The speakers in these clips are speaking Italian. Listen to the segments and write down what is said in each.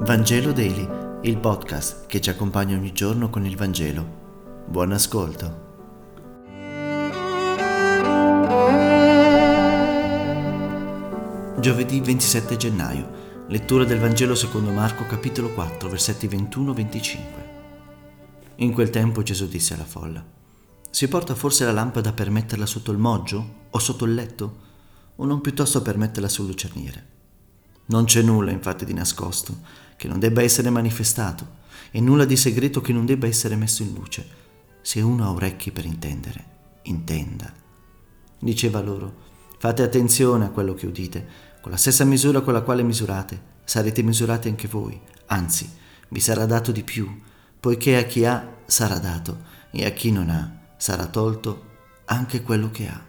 Vangelo Daily, il podcast che ci accompagna ogni giorno con il Vangelo. Buon ascolto. Giovedì 27 gennaio, lettura del Vangelo secondo Marco capitolo 4, versetti 21-25. In quel tempo Gesù disse alla folla: si porta forse la lampada per metterla sotto il moggio o sotto il letto, o non piuttosto per metterla sul lucerniere? Non c'è nulla infatti di nascosto che non debba essere manifestato, e nulla di segreto che non debba essere messo in luce. Se uno ha orecchi per intendere, intenda. Diceva loro: fate attenzione a quello che udite. Con la stessa misura con la quale misurate, sarete misurati anche voi, anzi, vi sarà dato di più, poiché a chi ha sarà dato, e a chi non ha sarà tolto anche quello che ha.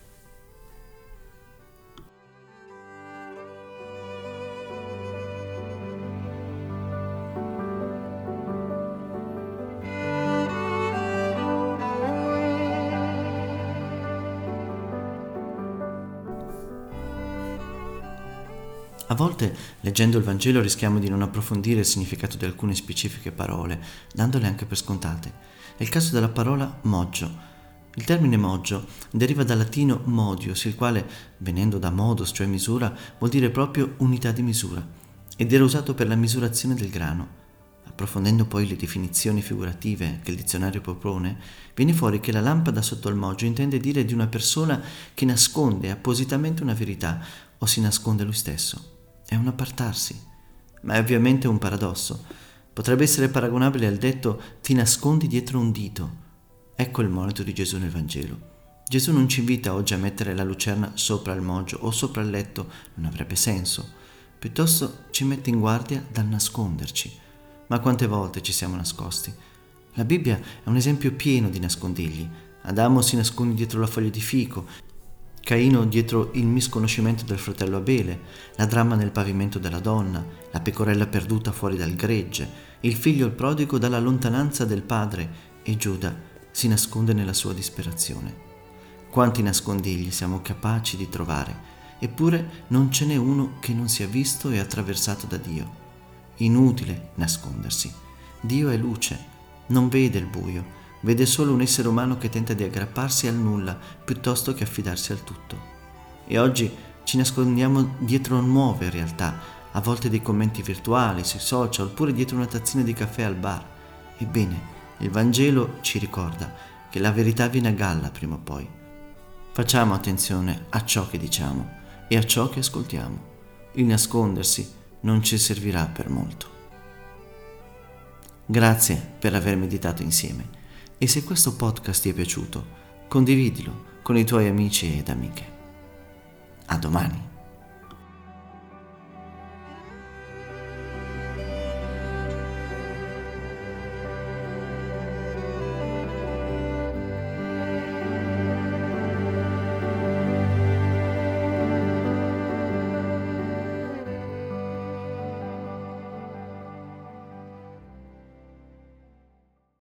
A volte, leggendo il Vangelo, rischiamo di non approfondire il significato di alcune specifiche parole, dandole anche per scontate. È il caso della parola moggio. Il termine moggio deriva dal latino modius, il quale, venendo da modus, cioè misura, vuol dire proprio unità di misura, ed era usato per la misurazione del grano. Approfondendo poi le definizioni figurative che il dizionario propone, viene fuori che la lampada sotto il moggio intende dire di una persona che nasconde appositamente una verità o si nasconde lui stesso. È un appartarsi, ma è ovviamente un paradosso. Potrebbe essere paragonabile al detto ti nascondi dietro un dito. Ecco il monito di Gesù nel Vangelo. Gesù non ci invita oggi a mettere la lucerna sopra il moggio o sopra il letto, non avrebbe senso. Piuttosto ci mette in guardia dal nasconderci. Ma quante volte ci siamo nascosti? La Bibbia è un esempio pieno di nascondigli. Adamo si nasconde dietro la foglia di fico, Caino dietro il misconoscimento del fratello Abele, la dramma nel pavimento della donna, la pecorella perduta fuori dal gregge, il figlio il prodigo dalla lontananza del padre, e Giuda si nasconde nella sua disperazione. Quanti nascondigli siamo capaci di trovare, eppure non ce n'è uno che non sia visto e attraversato da Dio. Inutile nascondersi. Dio è luce, non vede il buio, vede solo un essere umano che tenta di aggrapparsi al nulla piuttosto che affidarsi al tutto. E oggi ci nascondiamo dietro nuove realtà, a volte dei commenti virtuali, sui social, oppure dietro una tazzina di caffè al bar. Ebbene, il Vangelo ci ricorda che la verità viene a galla prima o poi. Facciamo attenzione a ciò che diciamo e a ciò che ascoltiamo. Il nascondersi non ci servirà per molto. Grazie per aver meditato insieme. E se questo podcast ti è piaciuto, condividilo con i tuoi amici ed amiche. A domani.